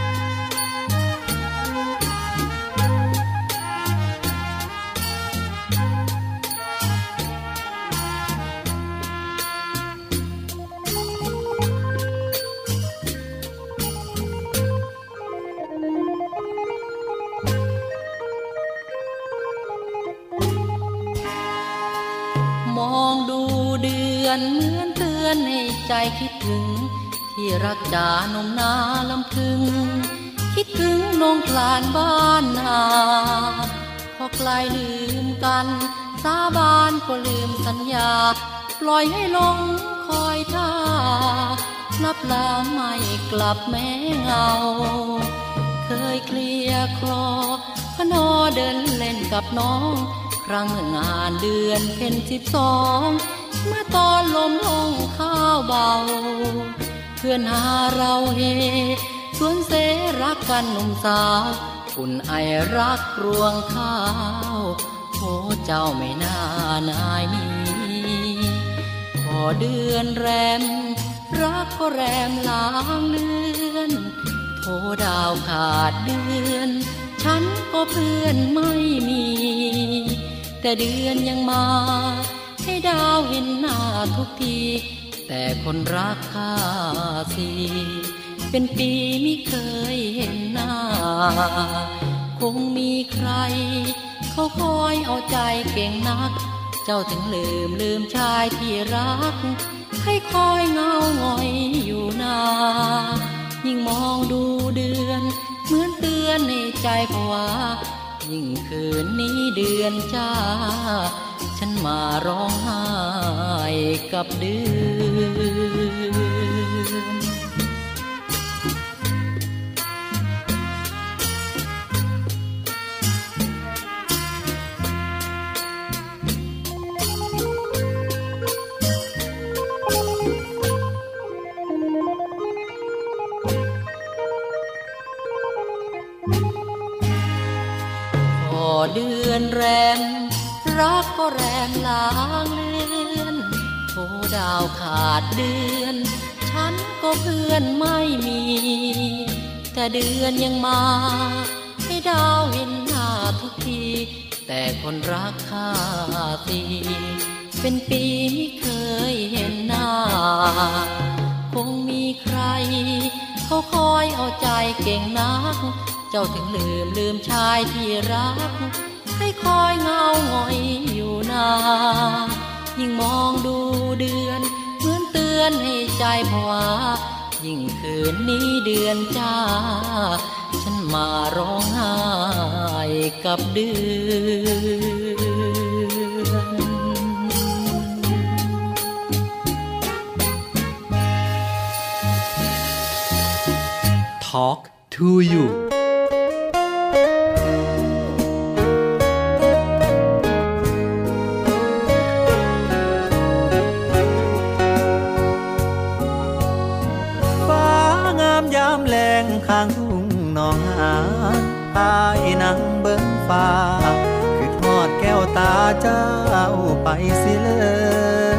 มองดูเดือนเหมือนเตือนให้ใจคิดถึงที่รักจานมนาลำพึงคิดถึงนงคลานบ้านนาพอไกลลืมกันสาบานก็ลืมสัญญาปล่อยให้ลงคอยท่านับลาไม่กลับแม้เงาเคยเคลียร์คลอพนอเดินเล่นกับน้องครั้งงานเดือนเพ็ญสิบสองเมื่อตอนลมลงข้าวเบาเพื่อนหาเราเฮสวนเสรักกันหนุ่มสาวอุ่นไอรักรวงข้าวโอ้เจ้าไม่น่านายนี้พอเดือนแรมรักก็แรมลางเลือนโทดาวขาดเดือนฉันก็เพื่อนไม่มีแต่เดือนยังมาให้ดาวเห็นหน้าทุกทีแต่คนรักข้าสิเป็นปีไม่เคยเห็นหน้าคงมีใครเขาคอยเอาใจเก่งนักเจ้าถึงลืมลืมชายที่รักให้คอยเงาหงอยอยู่นายิ่งมองดูเดือนเหมือนเตือนในใจภาวะยิ่งคืนนี้เดือนจ้าฉันมาร้องไห้กับเดือนเดือนแรมรักก็แรมลางเลือนโทดาวขาดเดือนฉันก็เพื่อนไม่มีแต่เดือนยังมาให้ดาวเห็นหน้าทุกทีแต่คนรักข้าสิเป็นปีไม่เคยเห็นหน้าคงมีใครเขาคอยเอาใจเก่งนักเจ้าถึงลืมลืมชายที่รักให้คอยเงาหงอยอยู่นายิ่งมองดูเดือนเหมือนเตือนให้ใจภาวะยิ่งคืนนี้เดือนจ้าฉันมาร้องไห้กับเดือน Talk to you ายนั่งเบิ่งฟ้าคือทอดแก้วตาเจ้าไปสิเลย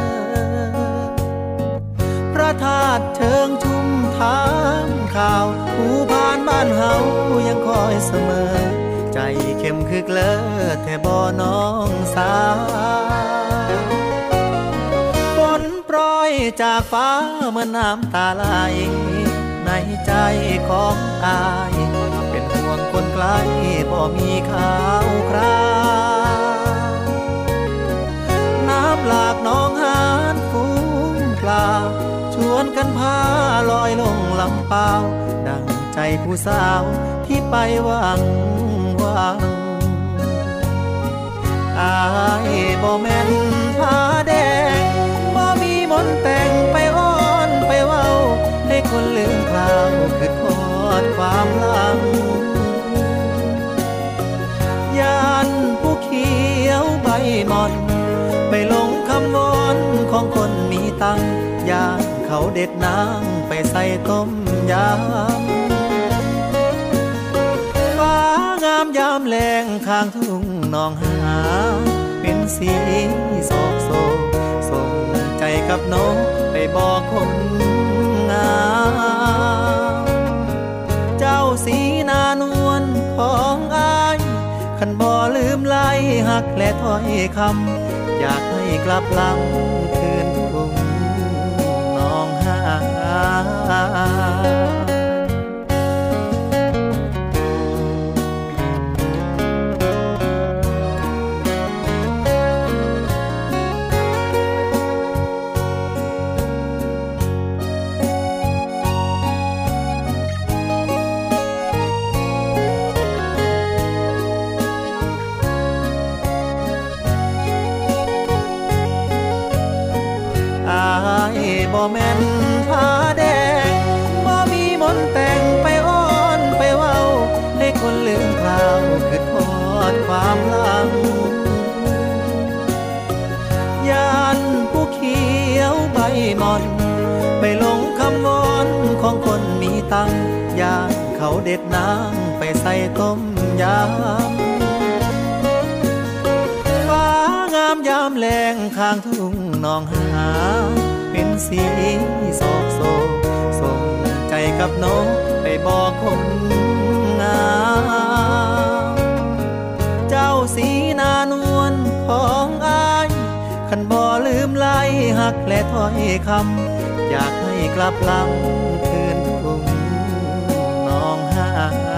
พระธาตุเชิงชุมถามข่าวผู้ผ่านบ้านเฮายังคอยเสมอใจเข้มคึกเลิศแท่บ่น้องสาวฝนโปรยจากฟ้าเหมือนน้ำตาไหลในใจของอายเป็นห่วงคนไกลบ่มีข่าวคราวน้ำหลากน้องหานฟูงปลาชวนกันพาลอยลงลำเปล่าดังใจผู้สาวที่ไปหวังหวังอายบ่แม่นผ้าแดงบ่มีมนต์แต่งไปอ้อนไปเว้าให้คนลืมคราวคือทอดความหลังยานผู้เขียวใบหม่อนไปหลงคำวอนของคนมีตังยานเขาเด็ดนางไปใส่ต้มยำฟ้างามยามแลงข้างทุ่งหนองหาเป็นสีโศกโศกส่งใจกับน้องไปบอกคนงามเจ้าสีนานวลของอายคันบ่ลืมไล่หักและถ้อยคำอยากให้กลับหลังคืนทุ่งหนองหาบ่แม่นผ้าแดงบ่มีมนต์แต่งไปอ้อนไปเว้าให้คนลืมคราวคือทอดความหลังยานผู้เขียวใบหม่อนไปหลงคำวอนของคนมีตังยานเขาเด็ดนางไปใส่ต้มยำฟ้างามยามแลงข้างทุ่งหนองหาเป็นสีโศกโศกส่งใจกับน้องไปบอกคนงามเจ้าสีนานวลของอายคันบ่ลืมไล่หักและถ้อยคำอยากให้กลับหลังคืนทุ่งหนองหา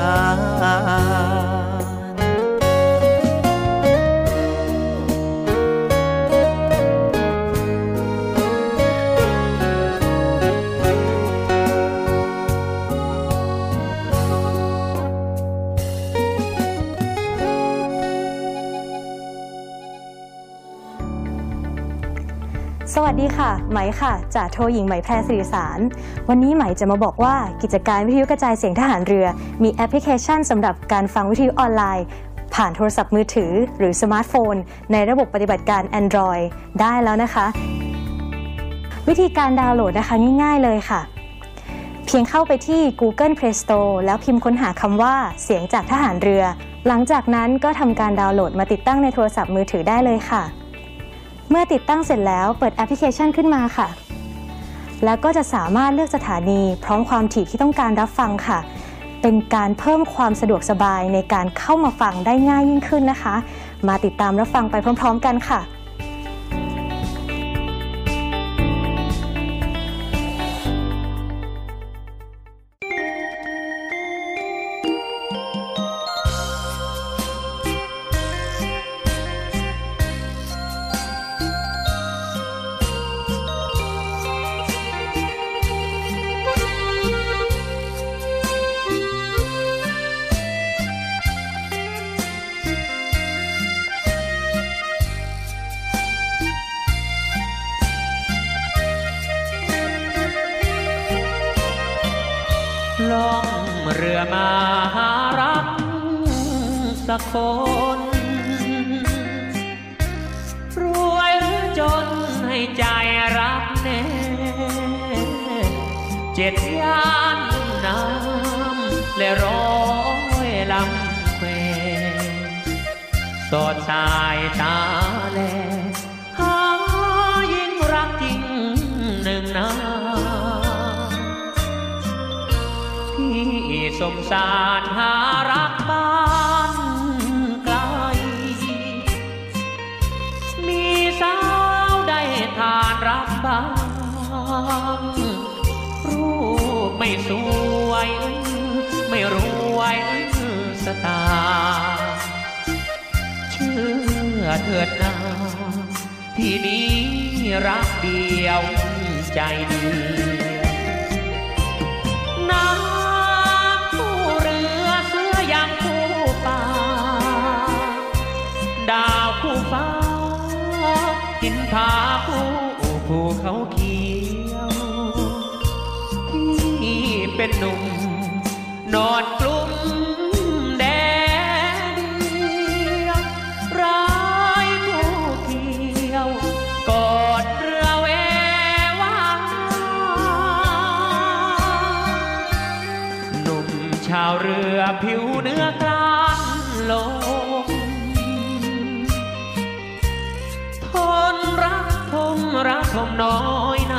สวัสดีค่ะไหมค่ะจากโทหญิงไหมแพรสิริสารวันนี้ไหมจะมาบอกว่ากิจการวิทยุกระจายเสียงทหารเรือมีแอปพลิเคชันสำหรับการฟังวิทยุออนไลน์ผ่านโทรศัพท์มือถือหรือสมาร์ทโฟนในระบบปฏิบัติการ Android ได้แล้วนะคะวิธีการดาวน์โหลดนะคะง่ายๆเลยค่ะเพียงเข้าไปที่ Google Play Store แล้วพิมพ์ค้นหาคำว่าเสียงจากทหารเรือหลังจากนั้นก็ทำการดาวน์โหลดมาติดตั้งในโทรศัพท์มือถือได้เลยค่ะเมื่อติดตั้งเสร็จแล้วเปิดแอปพลิเคชันขึ้นมาค่ะแล้วก็จะสามารถเลือกสถานีพร้อมความถี่ที่ต้องการรับฟังค่ะเป็นการเพิ่มความสะดวกสบายในการเข้ามาฟังได้ง่ายยิ่งขึ้นนะคะมาติดตามรับฟังไปพร้อมๆกันค่ะล่องเรือมาหารักสักคนรวยหรือจนให้ใจรักแน่เจ็ดย่านน้ำและร้อยลำแควสดสายตาแลหายิ่งรักจริงหนึ่งนาที่สมสารหารักบ้านไกลมีสาวได้ทานรักบ้างรูปไม่สวยไม่รวยสตาเชื่อเถิดนาที่นี้รักเดียวใจเดียวน้ำคู่เรือเสืออย่างคู่ป่าดาวคู่ฟ้าหินผาคู่ภูเขาเขียวที่เป็นหนุ่มนอนกลุ้มแดดเดียวร้ายผู้เที่ยวกอดเรือเววาหนุ่มชาวเรือผิวเนื้อกลานลมทนรักทมรักทมน้อยนะ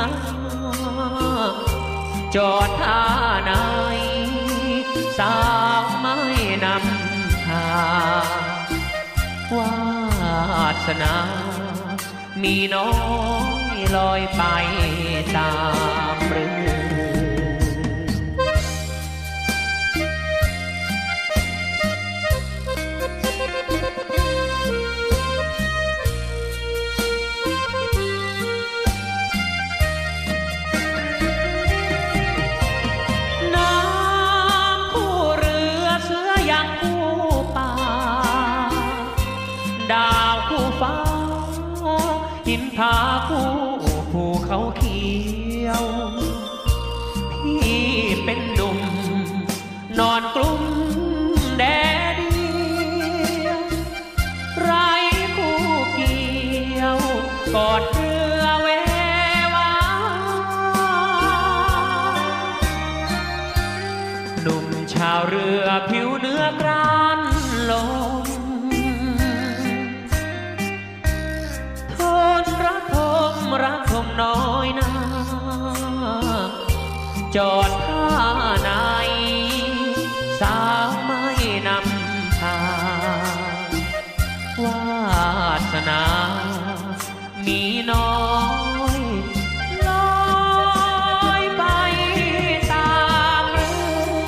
จอดท่าไหนสาวไม่นำพาวาสนามีน้อยลอยไปตามเรือหินผาคู่ภูเขาเขียวพี่เป็นหนุ่มนอนกลุ้มแดดเดียวไร้คู่เกี่ยวกอดเรือเววาหนุ่มชาวเรือผิวเนื้อกรานลมรักทมน้อยนาจอดท่าไหนสาวไม่นำพาวาสนามีน้อยลอยไปตามเรือ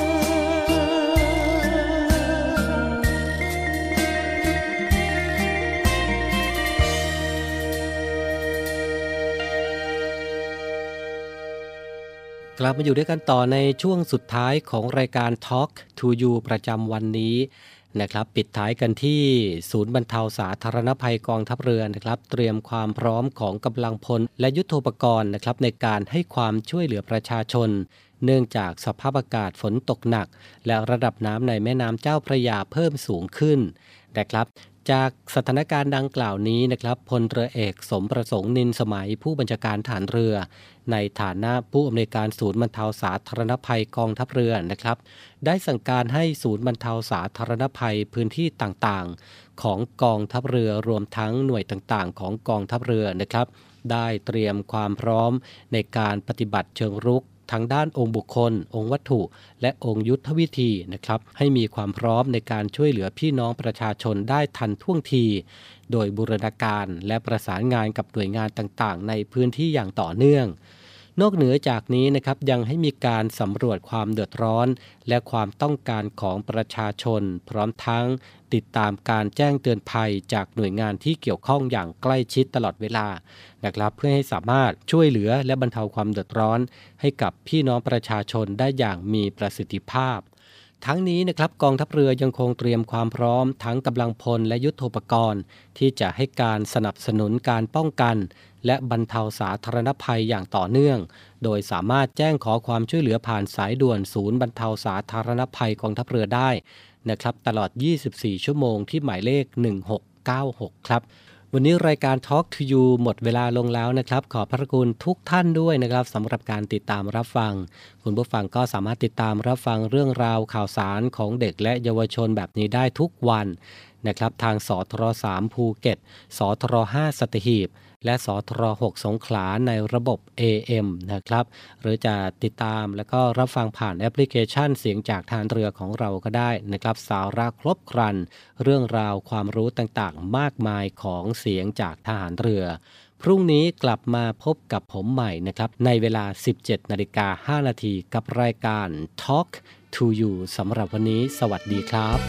กลับมาอยู่ด้วยกันต่อในช่วงสุดท้ายของรายการ Talk to You ประจำวันนี้นะครับปิดท้ายกันที่ศูนย์บรรเทาสาธารณภัยกองทัพเรือนะครับเตรียมความพร้อมของกำลังพลและยุทโธปกรณ์นะครับในการให้ความช่วยเหลือประชาชนเนื่องจากสภาพอากาศฝนตกหนักและระดับน้ำในแม่น้ำเจ้าพระยาเพิ่มสูงขึ้นนะครับจากสถานการณ์ดังกล่าวนี้นะครับพลเรือเอกสมประสงค์นินสมัยผู้บัญชาการฐานเรือในฐานะผู้อำนวยการศูนย์บรรเทาสาธารณภัยกองทัพเรือนะครับได้สั่งการให้ศูนย์บรรเทาสาธารณภัยพื้นที่ต่างๆของกองทัพเรือรวมทั้งหน่วยต่างๆของกองทัพเรือนะครับได้เตรียมความพร้อมในการปฏิบัติเชิงรุกทั้งด้านองค์บุคคลองค์วัตถุและองค์ยุทธวิธีนะครับให้มีความพร้อมในการช่วยเหลือพี่น้องประชาชนได้ทันท่วงทีโดยบูรณาการและประสานงานกับหน่วยงานต่างๆในพื้นที่อย่างต่อเนื่องนอกเหนือจากนี้นะครับยังให้มีการสำรวจความเดือดร้อนและความต้องการของประชาชนพร้อมทั้งติดตามการแจ้งเตือนภัยจากหน่วยงานที่เกี่ยวข้องอย่างใกล้ชิดตลอดเวลานะครับเพื่อให้สามารถช่วยเหลือและบรรเทาความเดือดร้อนให้กับพี่น้องประชาชนได้อย่างมีประสิทธิภาพทั้งนี้นะครับกองทัพเรือยังคงเตรียมความพร้อมทั้งกำลังพลและยุทโธปกรณ์ที่จะให้การสนับสนุนการป้องกันและบรรเทาสาธารณภัยอย่างต่อเนื่องโดยสามารถแจ้งขอความช่วยเหลือผ่านสายด่วนศูนย์บรรเทาสาธารณภัยกองทัพเรือได้นะครับตลอดยี่สิบสี่ชั่วโมงที่หมายเลขหนึ่งหกเก้าหกครับวันนี้รายการ Talk to You หมดเวลาลงแล้วนะครับขอพระคุณทุกท่านด้วยนะครับสำหรับการติดตามรับฟังคุณผู้ฟังก็สามารถติดตามรับฟังเรื่องราวข่าวสารของเด็กและเยาวชนแบบนี้ได้ทุกวันนะครับทางสทรสามภูเก็ตสทรห้าสัตหีบและสทรหกสงขลาในระบบ เอ เอ็ม นะครับหรือจะติดตามแล้วก็รับฟังผ่านแอปพลิเคชันเสียงจากทหารเรือของเราก็ได้นะครับสาระครบครันเรื่องราวความรู้ต่างๆมากมายของเสียงจากทหารเรือพรุ่งนี้กลับมาพบกับผมใหม่นะครับในเวลา สิบเจ็ดนาฬิกาห้านาทีกับรายการ Talk to You สำหรับวันนี้สวัสดีครับ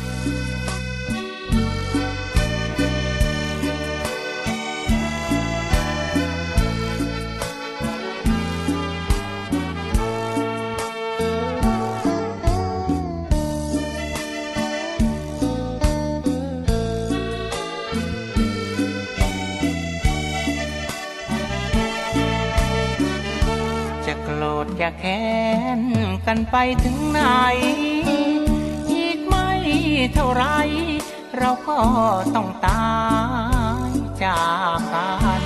จะแค้นกันไปถึงไหนอีกไม่เท่าไรเราก็ต้องตายจากกัน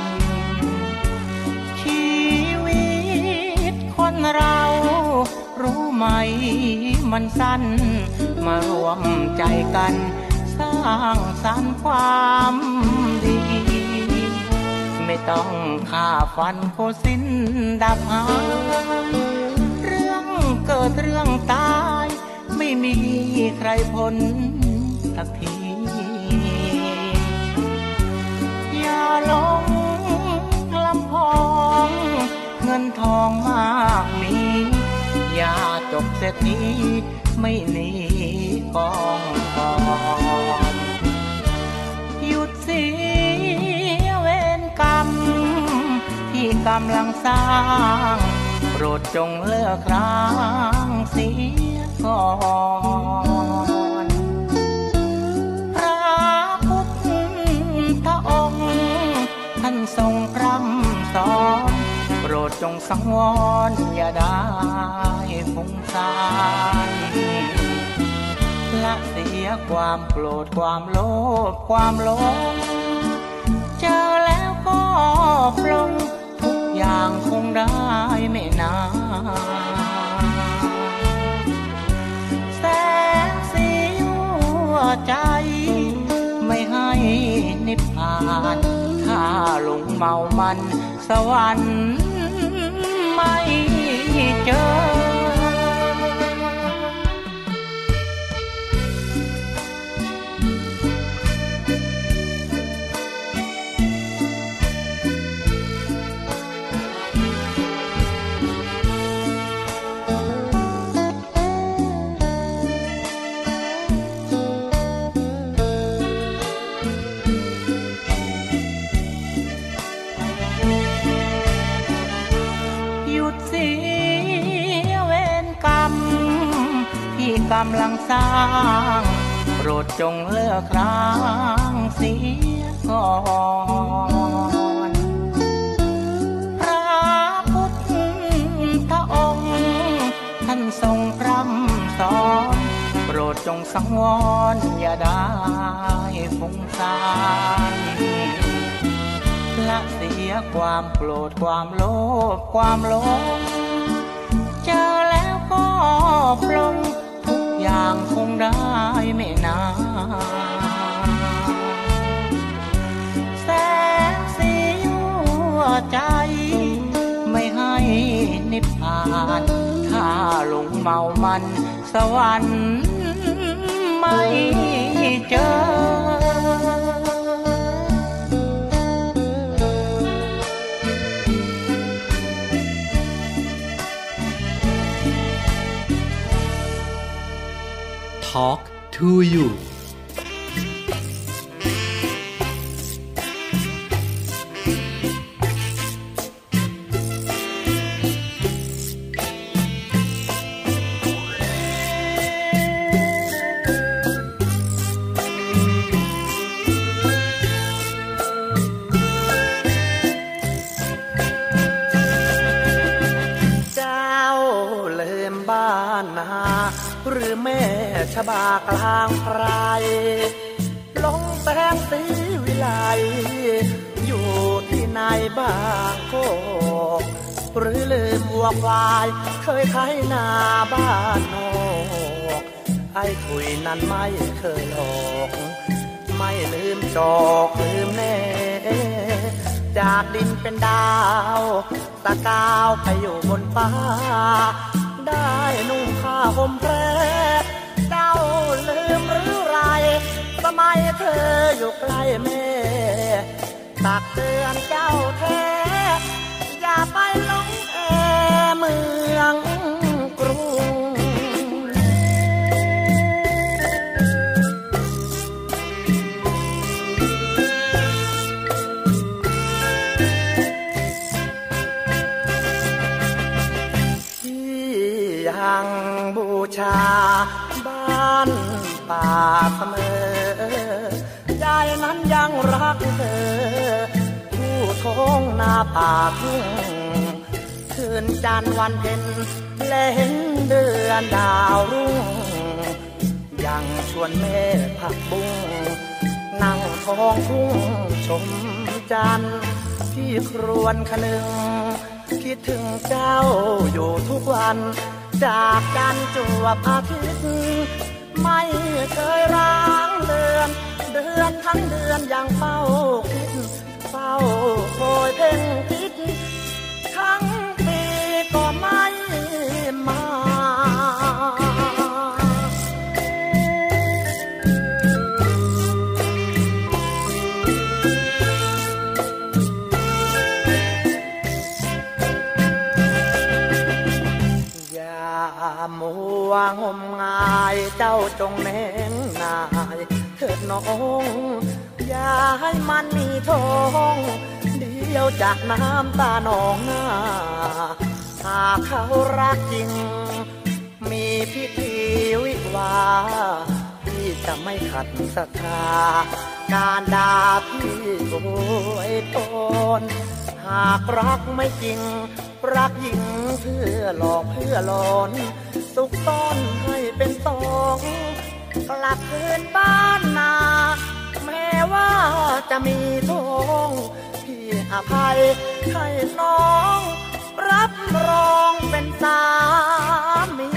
ชีวิตคนเรารู้ไหมมันสั้นมารวมใจกันสร้างสรรค์ความดีไม่ต้องฆ่าฟันโคสิ้นดับหายเรื่องเกิดเรื่องตายไม่มีใครพ้นสักทีอย่าหลงลำพองเงินทองมากมีอย่าจบเสียทีไม่หนีกองกองหยุดเสียเวรกรรมที่กำลังสร้างโปรดจงเลิกร้างเสียก่อนพระพุทธองค์ท่านทรงพร่ำสอนโปรดจงสังวรอย่าได้ฟุ้งซ่านละเสียความโกรธความโลภความหลงเจอแล้วก็ปลงทุกอย่างคงได้ไม่นานแสงสีหัวใจไม่ให้นิพพานถ้าหลงเมามันสวรรค์ไม่เจอกำลังสร้างโปรดจงเลิกร้างเสียก่อนพระพุทธองค์ท่านทรงพร่ำสอนโปรดจงสังวรอย่าได้ฟุ้งซ่านละเสียความโกรธความโลภความหลงเจอแล้วก็ปลงอย่างคงได้ไม่นานแสงสีหัวใจไม่ให้นิพพานถ้าหลงเมามันสวรรค์ไม่เจอ Talk to you ชบากลางไพรลงแสงสีวิไลอยู่ที่ไหนบ้างโคกหรือลืมวัวควายเคยไถนาบ้านนอกไอ้คุยนั้นไม่เคยหลอกมจอกลืมแน่จากดินเป็นดาวตะกาวไปอยู่บนฟ้าได้นุ่งผ้าห่มแพรเจ้าลืมหรือไรสมัยเธออยู่ใกล้แม่ตักเตือนเจ้าแท้อย่าไปหลงแอเมืองกรุงยังบูชาบ้านป่าเสมอยายนั้นยังรักเธอผู้ท้องนาป่าทุ่งคืนจันทร์วันเพ็ญและเห็นเดือนดาวรุ่งยังชวนแม่ผักบุ้งนั่งท้องทุ่งชมจันทร์ที่ครวญคะนึงคิดถึงเจ้าอยู่ทุกวันจากกันจวบอาทิตย์ไม่เคยร้างเดือนเดือนทั้งเดือนยังเฝ้าคิดเฝ้าคอยเพ่งคิดทั้งปีก็ไม่มามัวงมงายเจ้าจงแน่งนายเถิดน้องอย่าให้มันมีท้องเดียวจากน้ำตาหนองหน้าหากเขารักจริงมีพิธีวิวาพี่จะไม่ขัดศรัทธาการด่าพี่โวยตนหากรักไม่จริงรักหญิงเพื่อหลอกเพื่อหลอนสุกต้อนให้เป็นสองกลับคืนบ้านนาแม้ว่าจะมีท้องพี่อภัยให้น้องรับรองเป็นสามี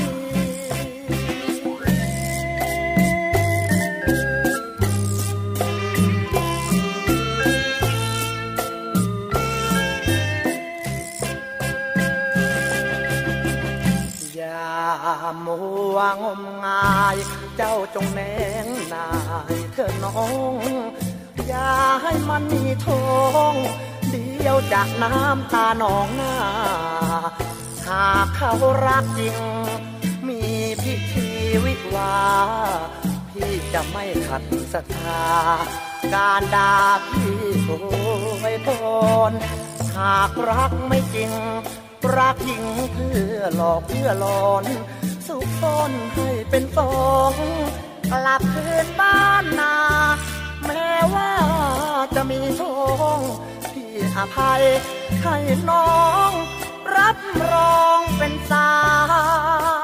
มัวงมงายเจ้าจงแน่งนายเธอน้องอย่าให้มันมีท้องเดียวจากน้ำตาหนองหน้าหากเขารักจริงมีพิธีวิวาพี่จะไม่ขัดศรัทธาการด่าพี่โวยพรหากรักไม่จริงรักหญิงเพื่อหลอกเพื่อหลอนสุกซ่อนให้เป็นฟองกลับคืนบ้านนาแม้ว่าจะมีท้องพี่อภัยให้น้องรับรองเป็นสา